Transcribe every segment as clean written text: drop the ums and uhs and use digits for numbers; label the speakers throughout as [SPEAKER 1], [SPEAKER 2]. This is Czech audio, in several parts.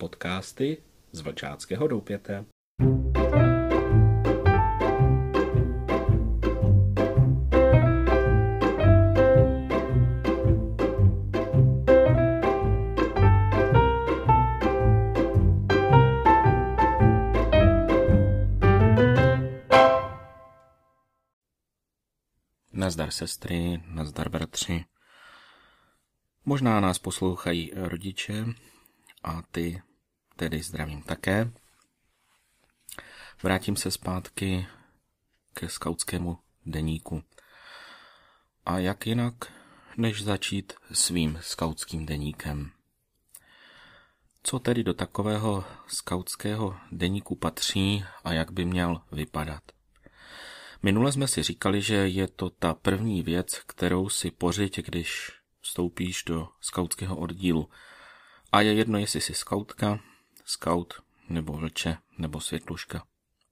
[SPEAKER 1] Podcasty z Vlčáckého doupěte. Nazdar sestry, nazdar bratři. Možná nás poslouchají rodiče a ty tedy zdravím také. Vrátím se zpátky ke skautskému deníku. A jak jinak, než začít svým skautským deníkem. Co tedy do takového skautského deníku patří a jak by měl vypadat? Minule jsme si říkali, že je to ta první věc, kterou si pořiď, když vstoupíš do skautského oddílu. A je jedno, jestli jsi skautka, skaut, nebo vlče, nebo světluška.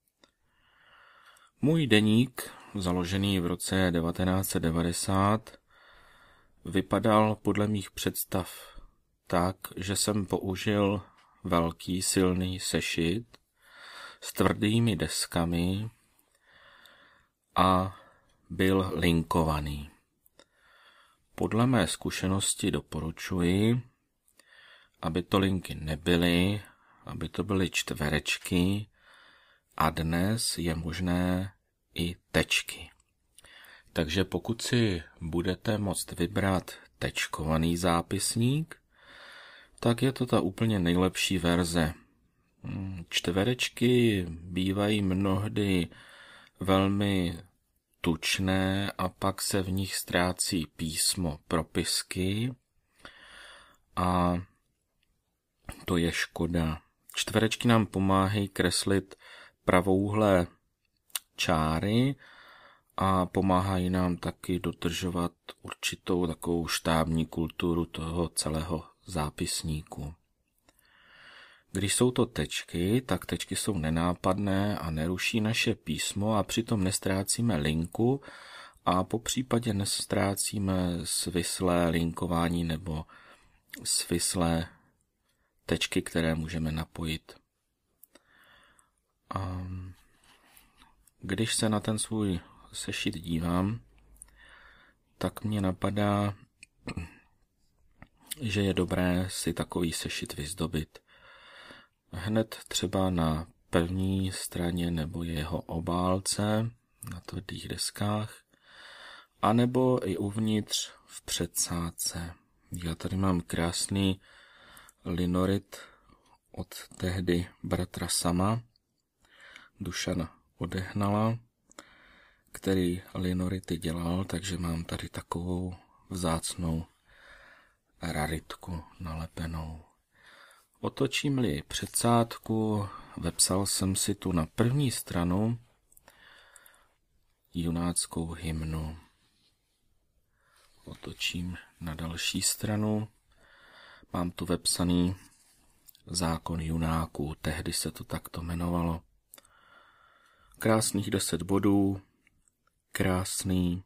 [SPEAKER 1] Můj deník, založený v roce 1990, vypadal podle mých představ tak, že jsem použil velký silný sešit s tvrdými deskami a byl linkovaný. Podle mé zkušenosti doporučuji, aby to linky nebyly, aby to byly čtverečky a dnes je možné i tečky. Takže pokud si budete moct vybrat tečkovaný zápisník, tak je to ta úplně nejlepší verze. Čtverečky bývají mnohdy velmi tučné a pak se v nich ztrácí písmo, propisky a to je škoda. Čtverečky nám pomáhají kreslit pravouhlé čáry a pomáhají nám taky dodržovat určitou takovou štábní kulturu toho celého zápisníku. Když jsou to tečky, tak tečky jsou nenápadné a neruší naše písmo a přitom nestrácíme linku a popřípadě nestrácíme svislé linkování nebo svislé tečky, které můžeme napojit. A když se na ten svůj sešit dívám, tak mě napadá, že je dobré si takový sešit vyzdobit. Hned třeba na první straně nebo jeho obálce, na tvrdých deskách, anebo i uvnitř v předsádce. Já tady mám krásný linorit od tehdy bratra Sama, Dušana Odehnala, který linority dělal, takže mám tady takovou vzácnou raritku nalepenou. Otočím-li předsádku, vepsal jsem si tu na první stranu junáckou hymnu. Otočím na další stranu, mám tu vepsaný zákon junáků, tehdy se to takto jmenovalo. Krásných 10 bodů, krásný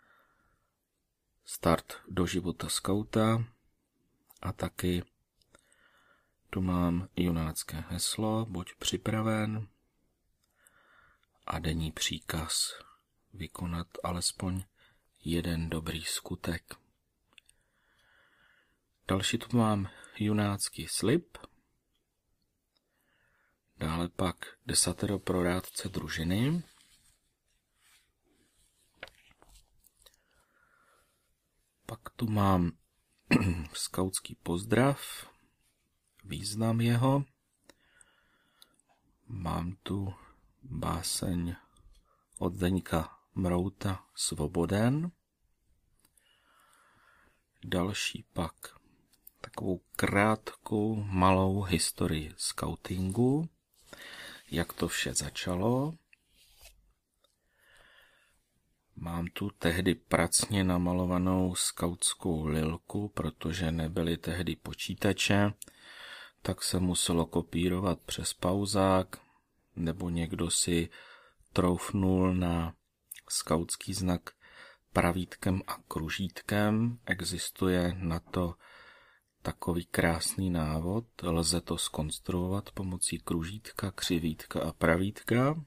[SPEAKER 1] start do života skauta a taky tu mám junácké heslo, buď připraven a denní příkaz vykonat alespoň jeden dobrý skutek. Další tu mám junácký slib, dále pak 10 pro rádce družiny, pak tu mám skautský pozdrav, význam jeho. Mám tu báseň od Zdeňka Mrouta Svoboden. Další pak takovou krátkou malou historii skautingu, jak to vše začalo. Mám tu tehdy pracně namalovanou skautskou lilku, protože nebyly tehdy počítače, tak se muselo kopírovat přes pauzák, nebo někdo si troufnul na skautský znak pravítkem a kružítkem. Existuje na to takový krásný návod. Lze to zkonstruovat pomocí kružítka, křivítka a pravítka.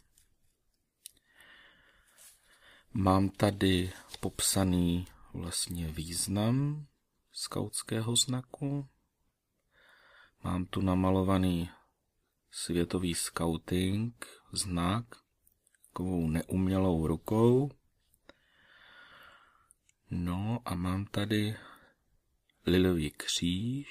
[SPEAKER 1] Mám tady popsaný vlastně význam skautského znaku. Mám tu namalovaný světový skauting, znak, takovou neumělou rukou. No a mám tady lilový kříž,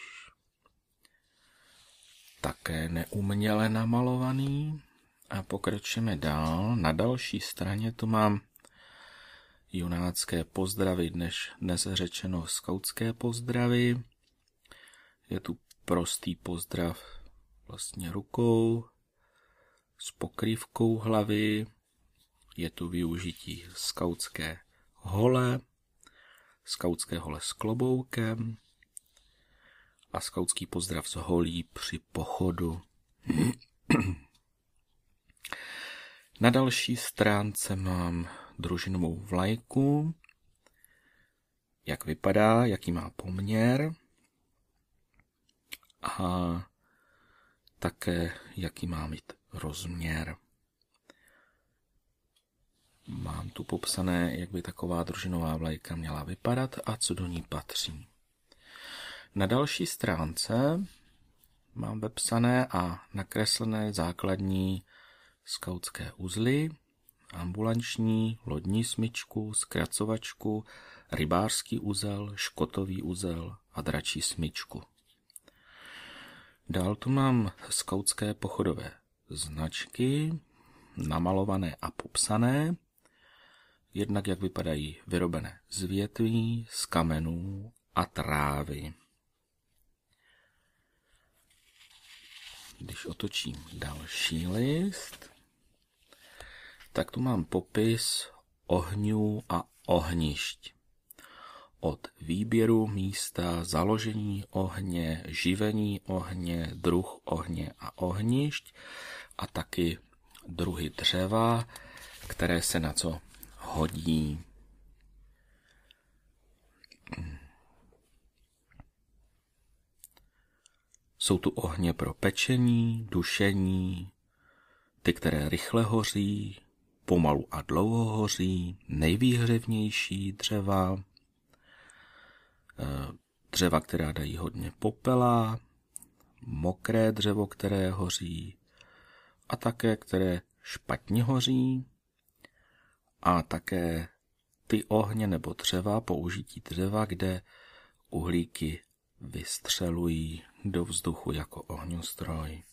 [SPEAKER 1] také neuměle namalovaný. A pokračujeme dál. Na další straně tu mám junácké pozdravy, dnes řečeno skautské pozdravy. Je tu prostý pozdrav vlastně rukou s pokrývkou hlavy. Je tu využití skautské hole s kloboukem a skautský pozdrav z holí při pochodu. Na další stránce mám družinovou vlajku, jak vypadá, jaký má poměr a také jaký má mít rozměr. Mám tu popsané, jak by taková družinová vlajka měla vypadat a co do ní patří. Na další stránce mám vepsané a nakreslené základní skautské uzly, ambulanční, lodní smyčku, zkracovačku, rybářský uzel, škotový uzel a dračí smyčku. Dál tu mám skautské pochodové značky, namalované a popsané, jednak jak vypadají vyrobené z větví, z kamenů a trávy. Když otočím další list, tak tu mám popis ohňů a ohnišť. Od výběru místa, založení ohně, živení ohně, druh ohně a ohnišť a taky druhy dřeva, které se na co hodí. Jsou tu ohně pro pečení, dušení, ty, které rychle hoří, pomalu a dlouho hoří, nejvýhřevnější dřeva, dřeva, která dají hodně popela, mokré dřevo, které hoří a také, které špatně hoří a také ty ohně nebo dřeva, použití dřeva, kde uhlíky vystřelují do vzduchu jako ohňostroj.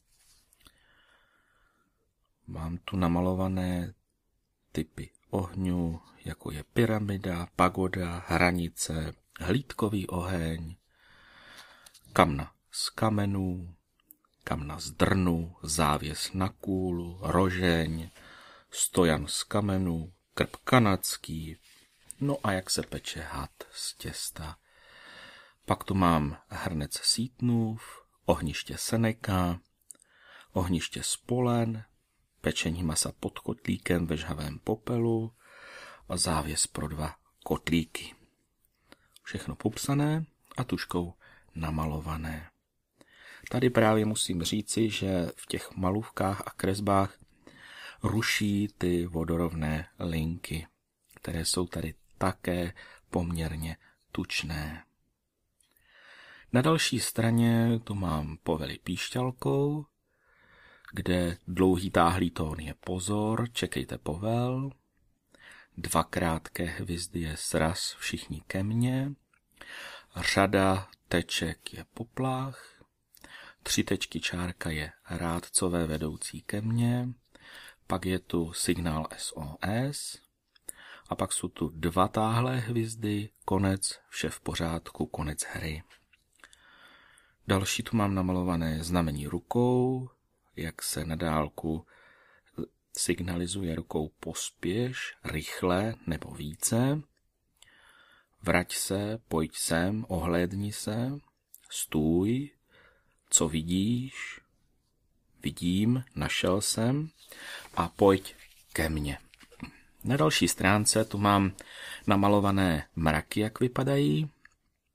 [SPEAKER 1] Mám tu namalované typy ohňů, jako je pyramida, pagoda, hranice, hlídkový oheň, kamna z kamenů, kamna z drnu, závěs na kůlu, rožeň, stojan z kamenů, krb kanadský, no a jak se peče had z těsta. Pak tu mám hrnec sítnův, ohniště seneka, ohniště spolen, pečení masa pod kotlíkem ve žhavém popelu a závěs pro 2 kotlíky. Všechno popsané a tužkou namalované. Tady právě musím říci, že v těch malůvkách a kresbách ruší ty vodorovné linky, které jsou tady také poměrně tučné. Na další straně tu mám povely píšťalkou, kde dlouhý táhlý tón je pozor, čekejte povel, 2 krátké hvězdy je sraz, všichni ke mně, řada teček je poplach, 3 tečky čárka je rádcové vedoucí ke mně, pak je tu signál SOS a pak jsou tu 2 táhlé hvězdy, konec, vše v pořádku, konec hry. Další tu mám namalované znamení rukou, jak se na dálku signalizuje rukou pospěš, rychle nebo více. Vrať se, pojď sem, ohlédni se, stůj, co vidíš, vidím, našel jsem a pojď ke mně. Na další stránce tu mám namalované mraky, jak vypadají.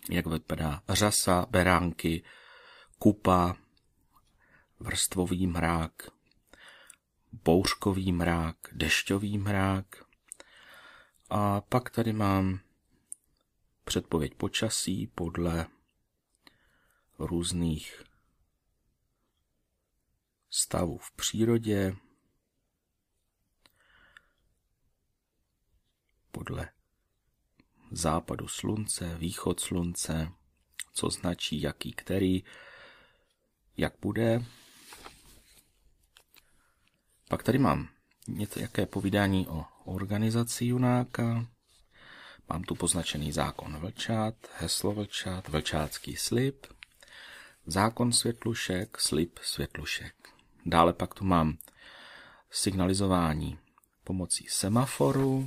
[SPEAKER 1] jak vypadá řasa, beránky, kupa, vrstvový mrák, bouřkový mrák, dešťový mrák. A pak tady mám předpověď počasí podle různých stavů v přírodě, podle západu slunce, východ slunce, co značí jaký který, jak bude. Pak tady mám nějaké povídání o organizaci junáka. Mám tu poznačený zákon vlčat, heslo vlčat, vlčácký slib, zákon světlušek, slib světlušek. Dále pak tu mám signalizování pomocí semaforu.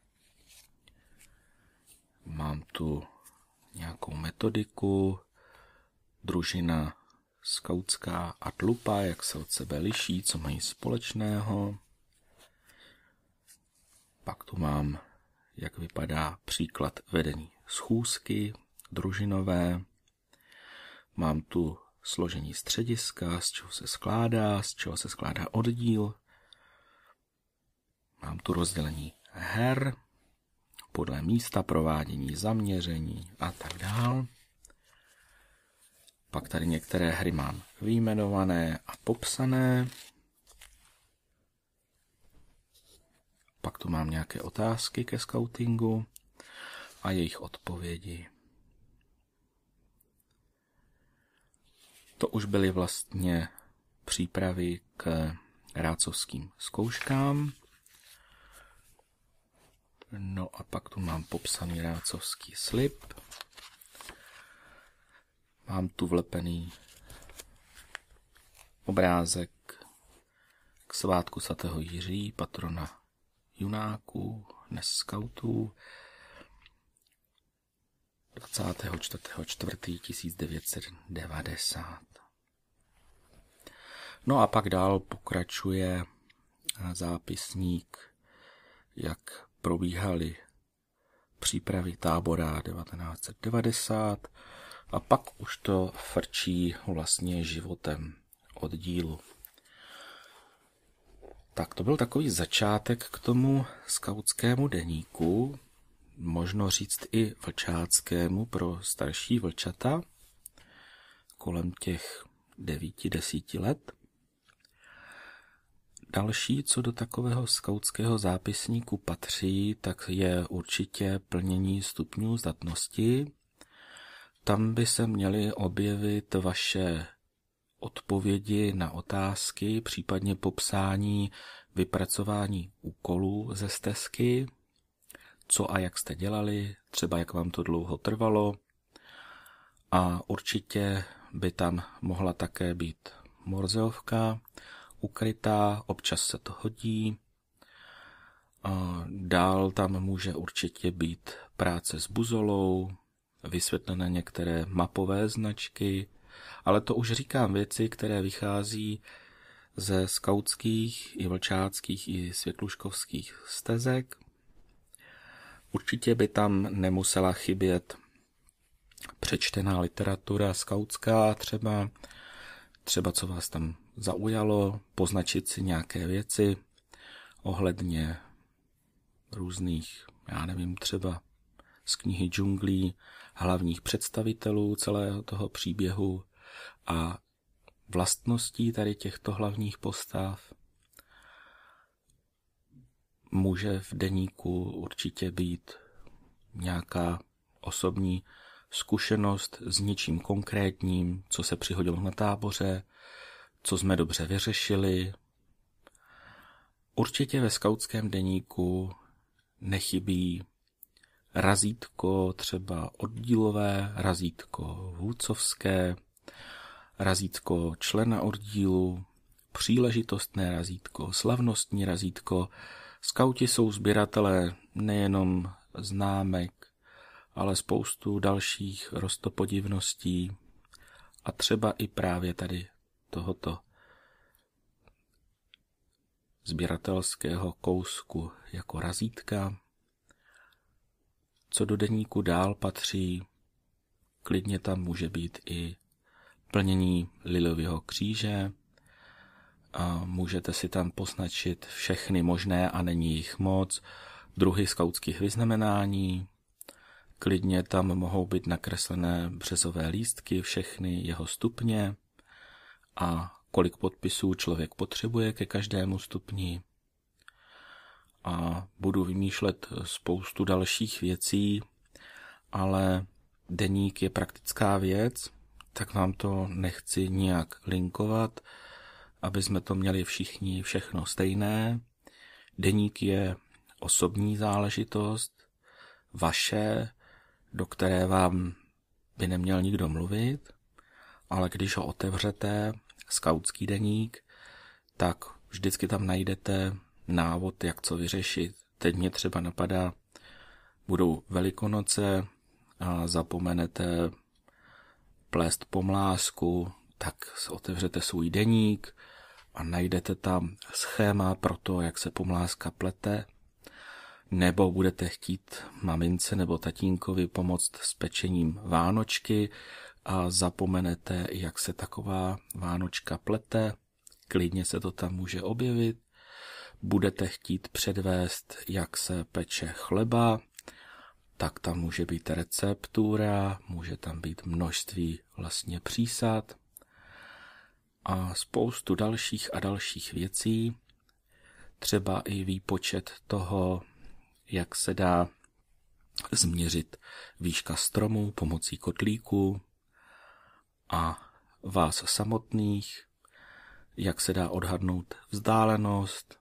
[SPEAKER 1] Mám tu nějakou metodiku, družina skautská a tlupa, jak se od sebe liší, co mají společného. Pak tu mám, jak vypadá příklad vedení schůzky družinové. Mám tu složení střediska, z čeho se skládá oddíl. Mám tu rozdělení her podle místa provádění, zaměření a tak dále. Pak tady některé hry mám vyjmenované a popsané. Pak tu mám nějaké otázky ke skautingu a jejich odpovědi. To už byly vlastně přípravy k rácovským zkouškám. No a pak tu mám popsaný rácovský slib. Mám tu vlepený obrázek k svátku svatého Jiří, patrona junáků, dnes skautů, 24.4.1990. No a pak dál pokračuje zápisník, jak probíhaly přípravy tábora 1990 a pak už to frčí vlastně životem oddílu. Tak to byl takový začátek k tomu skautskému deníku, možno říct i vlčáckému pro starší vlčata, kolem těch 9-10 let. Další, co do takového skautského zápisníku patří, tak je určitě plnění stupňů zdatnosti. Tam by se měly objevit vaše odpovědi na otázky, případně popsání, vypracování úkolů ze stezky, co a jak jste dělali, třeba jak vám to dlouho trvalo. A určitě by tam mohla také být morzeovka, ukrytá, občas se to hodí. A dál tam může určitě být práce s buzolou, vysvětlené některé mapové značky, ale to už říkám věci, které vychází ze skautských i vlčáckých i světluškovských stezek. Určitě by tam nemusela chybět přečtená literatura skautská, třeba co vás tam zaujalo, poznačit si nějaké věci ohledně různých, třeba z knihy džunglí, hlavních představitelů celého toho příběhu a vlastností tady těchto hlavních postav. Může v deníku určitě být nějaká osobní zkušenost s něčím konkrétním, co se přihodilo na táboře, co jsme dobře vyřešili. Určitě ve skautském deníku nechybí razítko třeba oddílové, razítko vůdcovské, razítko člena oddílu, příležitostné razítko, slavnostní razítko. Skauti jsou sběratelé nejenom známek, ale spoustu dalších roztopodivností a třeba i právě tady tohoto sběratelského kousku jako razítka. Co do deníku dál patří, klidně tam může být i plnění Lilového kříže. A můžete si tam poznačit všechny možné, a není jich moc, druhy skautských vyznamenání. Klidně tam mohou být nakreslené březové lístky, všechny jeho stupně a kolik podpisů člověk potřebuje ke každému stupni. A budu vymýšlet spoustu dalších věcí, ale deník je praktická věc, tak vám to nechci nijak linkovat, aby jsme to měli všichni všechno stejné. Deník je osobní záležitost, vaše, do které vám by neměl nikdo mluvit, ale když ho otevřete, skautský deník, tak vždycky tam najdete návod, jak co vyřešit. Teď mě třeba napadá, budou Velikonoce a zapomenete plést pomlásku, tak otevřete svůj deník a najdete tam schéma pro to, jak se pomláska plete, nebo budete chtít mamince nebo tatínkovi pomoct s pečením vánočky a zapomenete, jak se taková vánočka plete, klidně se to tam může objevit. Budete chtít předvést, jak se peče chleba, tak tam může být receptura, může tam být množství vlastně přísad a spoustu dalších a dalších věcí, třeba i výpočet toho, jak se dá změřit výška stromů pomocí kotlíků a vás samotných, jak se dá odhadnout vzdálenost.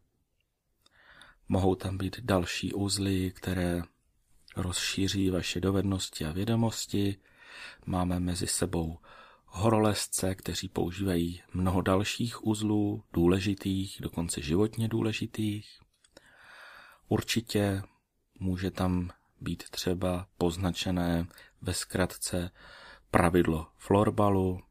[SPEAKER 1] Mohou tam být další uzly, které rozšíří vaše dovednosti a vědomosti. Máme mezi sebou horolezce, kteří používají mnoho dalších uzlů, důležitých, dokonce životně důležitých. Určitě může tam být třeba poznačené ve zkratce pravidlo florbalu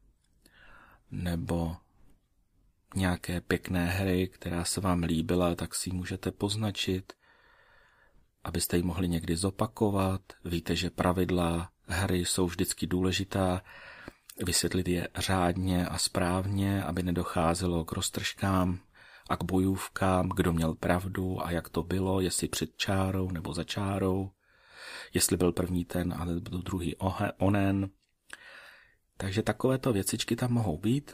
[SPEAKER 1] nebo nějaké pěkné hry, která se vám líbila, tak si ji můžete poznačit, abyste ji mohli někdy zopakovat. Víte, že pravidla hry jsou vždycky důležitá, vysvětlit je řádně a správně, aby nedocházelo k roztržkám a k bojůvkám, kdo měl pravdu a jak to bylo, jestli před čárou nebo za čárou, jestli byl první ten a druhý onen. Takže takovéto věcičky tam mohou být.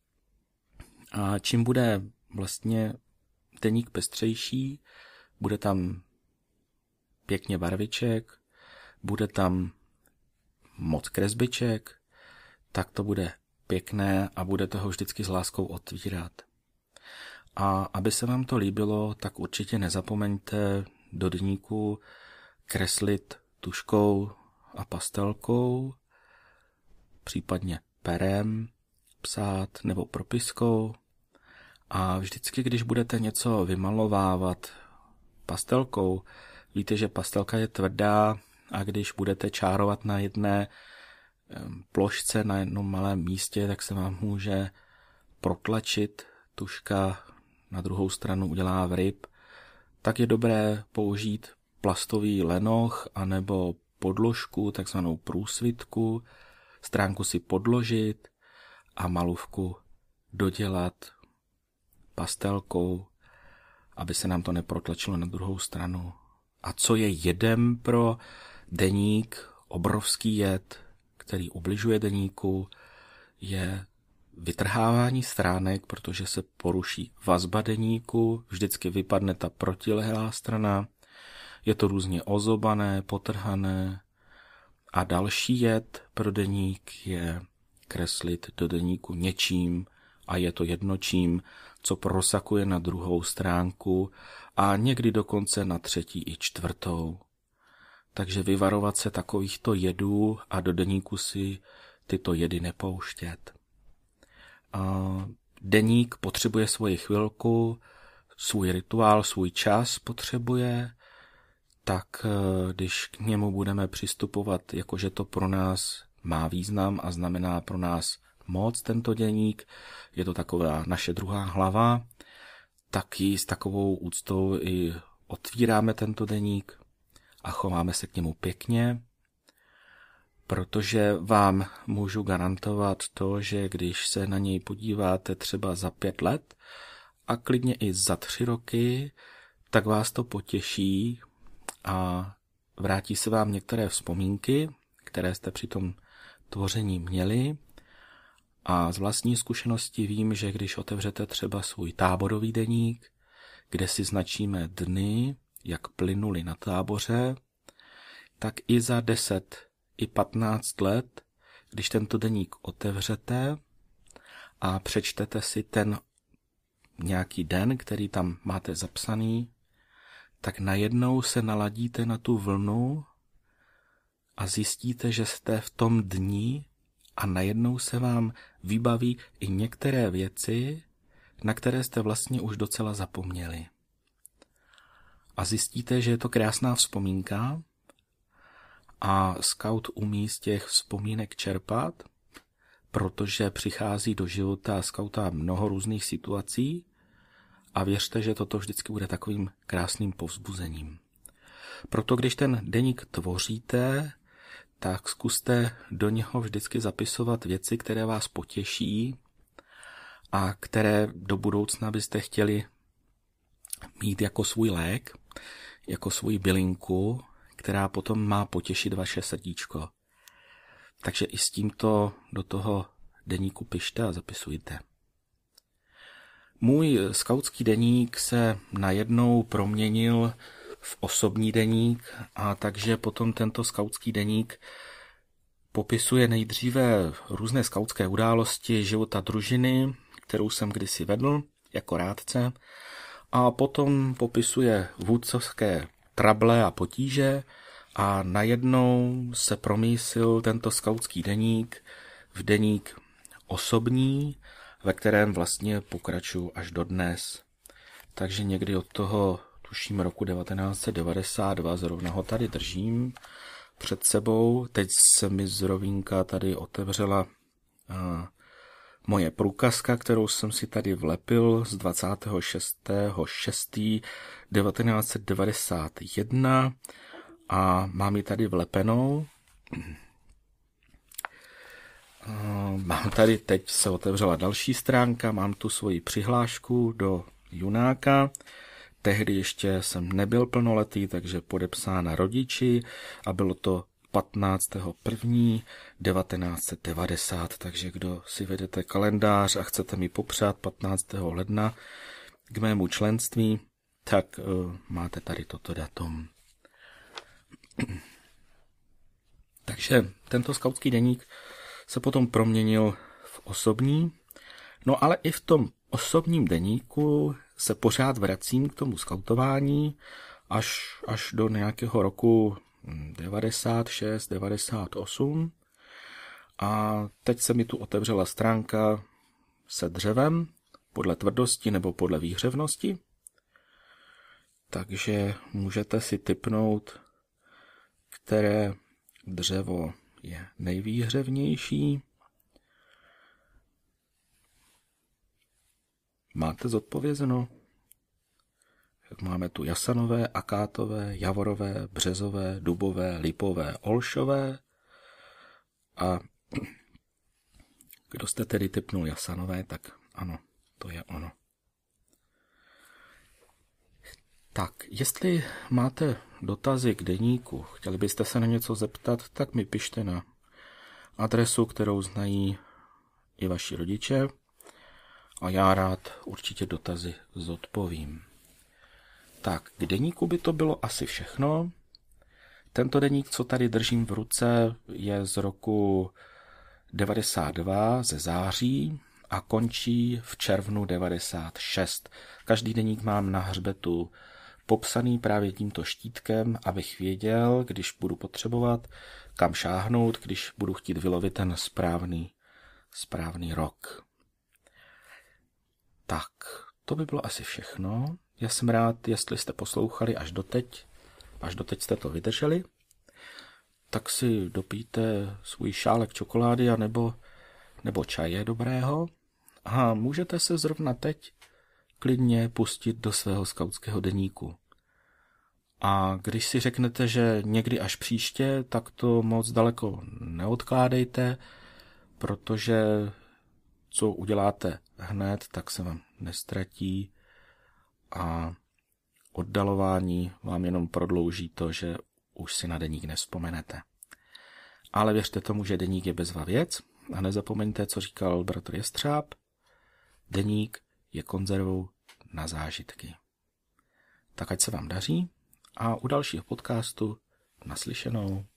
[SPEAKER 1] A čím bude vlastně deník pestřejší, bude tam pěkně barviček, bude tam moc kresbiček, tak to bude pěkné a budete ho vždycky s láskou otvírat. A aby se vám to líbilo, tak určitě nezapomeňte do deníku kreslit tužkou a pastelkou, případně perem, psát nebo propiskou. A vždycky, když budete něco vymalovávat pastelkou, víte, že pastelka je tvrdá a když budete čárovat na jedné plošce, na jednom malém místě, tak se vám může protlačit tužka, na druhou stranu udělá vryb. Tak je dobré použít plastový lenoch anebo podložku, takzvanou průsvitku, stránku si podložit a malůvku dodělat pastelkou, aby se nám to neprotlačilo na druhou stranu. A co je jedem pro deník, obrovský jed, který ubližuje deníku, je vytrhávání stránek, protože se poruší vazba deníku, vždycky vypadne ta protilehlá strana, je to různě ozobané, potrhané a další jed pro deník je kreslit do deníku něčím a je to jednočím, co prosakuje na druhou stránku a někdy dokonce na třetí i čtvrtou. Takže vyvarovat se takovýchto jedů a do deníku si tyto jedy nepouštět. Deník potřebuje svoji chvilku, svůj rituál, svůj čas potřebuje, tak když k němu budeme přistupovat, jakože to pro nás má význam a znamená pro nás moc tento deník, je to taková naše druhá hlava, tak ji s takovou úctou i otvíráme tento deník a chováme se k němu pěkně. protože vám můžu garantovat to, že když se na něj podíváte třeba za 5 let a klidně i za 3 roky, tak vás to potěší a vrátí se vám některé vzpomínky, které jste při tom tvoření měli. A z vlastní zkušenosti vím, že když otevřete třeba svůj táborový deník, kde si značíme dny, jak plynuli na táboře, tak i za 10 i 15 let, když tento deník otevřete a přečtete si ten nějaký den, který tam máte zapsaný, tak najednou se naladíte na tu vlnu a zjistíte, že jste v tom dni a najednou se vám vybaví i některé věci, na které jste vlastně už docela zapomněli. A zjistíte, že je to krásná vzpomínka a skaut umí z těch vzpomínek čerpat, protože přichází do života skauta mnoho různých situací a věřte, že toto vždycky bude takovým krásným povzbuzením. Proto když ten deník tvoříte, tak zkuste do něho vždycky zapisovat věci, které vás potěší a které do budoucna byste chtěli mít jako svůj lék, jako svůj bylinku, která potom má potěšit vaše srdíčko. Takže i s tímto do toho deníku pište a zapisujte. Můj skautský deník se najednou proměnil v osobní deník a takže potom tento skautský deník popisuje nejdříve různé skautské události života družiny, kterou jsem kdysi vedl jako rádce, a potom popisuje vůdcovské trable a potíže a najednou se promísil tento skautský deník v deník osobní, ve kterém vlastně pokračuju až dodnes. Takže někdy od toho, tuším roku 1992, zrovna ho tady držím před sebou. Teď se mi zrovínka tady otevřela moje průkazka, kterou jsem si tady vlepil z 26.6.1991 a mám ji tady vlepenou. Mám tady, teď se otevřela další stránka, mám tu svoji přihlášku do junáka. Tehdy ještě jsem nebyl plnoletý, takže podepsána rodiči a bylo to 15.1.1990, takže kdo si vedete kalendář a chcete mi popřát 15. ledna k mému členství, tak máte tady toto datum. Takže tento skautský deník se potom proměnil v osobní, no ale i v tom osobním deníku se pořád vracím k tomu skautování až do nějakého roku 96, 98 a teď se mi tu otevřela stránka se dřevem podle tvrdosti nebo podle výhřevnosti, takže můžete si tipnout, které dřevo je nejvýhřevnější. Máte zodpovězeno? Máme tu jasanové, akátové, javorové, březové, dubové, lipové, olšové. A kdo jste tedy tipnul jasanové, tak ano, to je ono. Tak, jestli máte dotazy k deníku, chtěli byste se na něco zeptat, tak mi pište na adresu, kterou znají i vaši rodiče a já rád určitě dotazy zodpovím. Tak, k deníku by to bylo asi všechno. Tento deník, co tady držím v ruce, je z roku 92, ze září a končí v červnu 96. Každý deník mám na hřbetu popsaný právě tímto štítkem, abych věděl, když budu potřebovat, kam šáhnout, když budu chtít vylovit ten správný rok. Tak, to by bylo asi všechno. Já jsem rád, jestli jste poslouchali až doteď jste to vydrželi, tak si dopijte svůj šálek čokolády a nebo čaje dobrého a můžete se zrovna teď klidně pustit do svého skautského deníku. A když si řeknete, že někdy až příště, tak to moc daleko neodkládejte, protože co uděláte hned, tak se vám nestratí a oddalování vám jenom prodlouží to, že už si na deník nevzpomenete. Ale věřte tomu, že deník je bezva věc a nezapomeňte, co říkal bratr Jestřáb. Deník je konzervou na zážitky. Tak ať se vám daří a u dalšího podcastu naslyšenou.